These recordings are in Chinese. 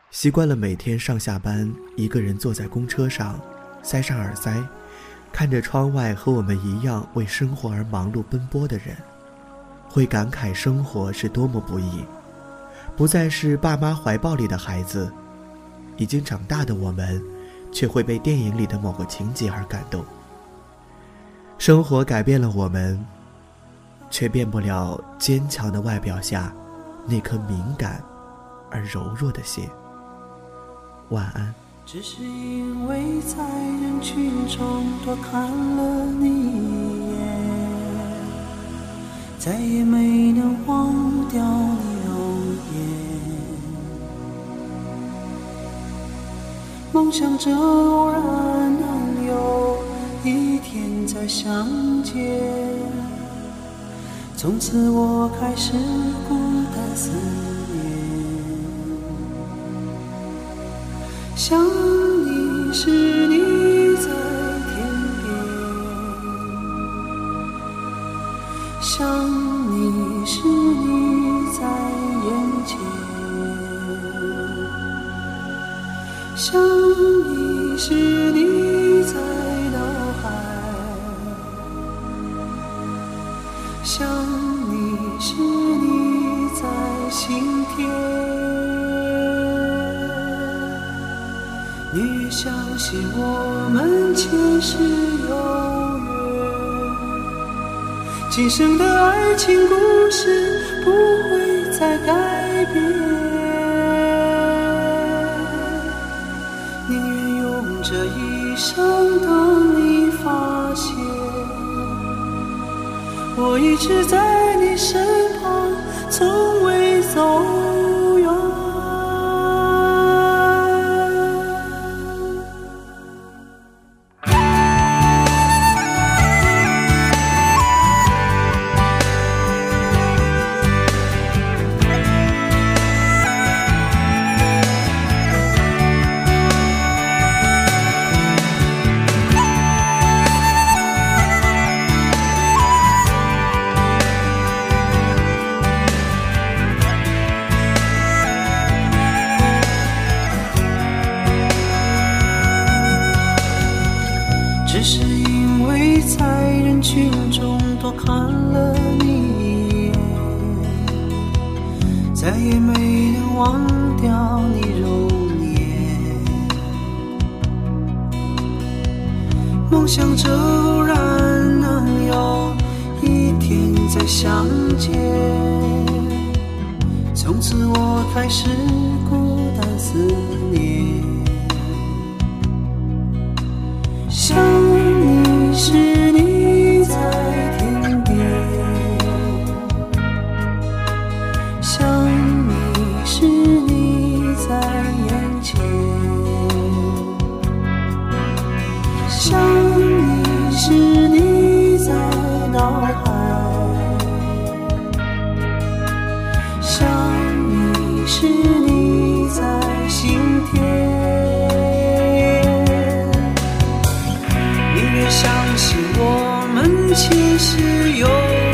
习惯了每天上下班一个人坐在公车上，塞上耳塞，看着窗外和我们一样为生活而忙碌奔波的人，会感慨生活是多么不易，不再是爸妈怀抱里的孩子，已经长大的我们却会被电影里的某个情节而感动。生活改变了我们，却变不了坚强的外表下那颗敏感而柔弱的心。晚安。 只是因为在人群中多看了你一眼，再也没能忘掉你容颜，梦想着偶然能有一天再相见，从此我开始孤单思念，想你时你在天边，想你时你在眼前，想你时你在脑海，想你时你在心田。你越相信我们前世有缘，今生的爱情故事不会再改变，宁愿用这一生等你发现，我一直在你身旁，从未走远。只是因为在人群中多看了你一眼，再也没能忘掉你容颜，梦想着偶然能有一天再相见，从此我开始孤单思念，想你时你在天边，想你时你在眼前，想你时你在脑海，想你时你在心田。相信我们前世有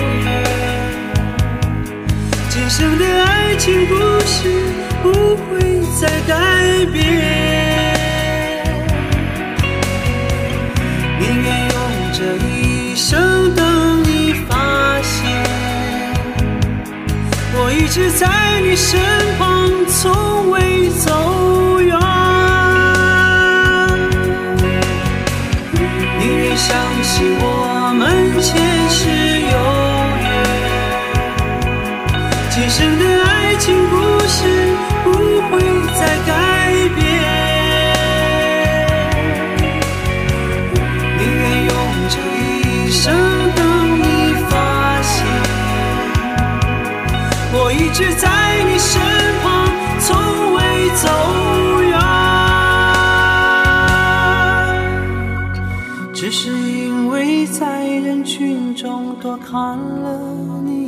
缘，今生的爱情故事不会再改变，宁愿用这一生等你发现，我一直在你身旁，从未走远。相信我们前世有缘，今生的爱情故事不会再改变，宁愿用这一生等你发现，我一直在你身旁，从未走远。只是因为在人群中多看了你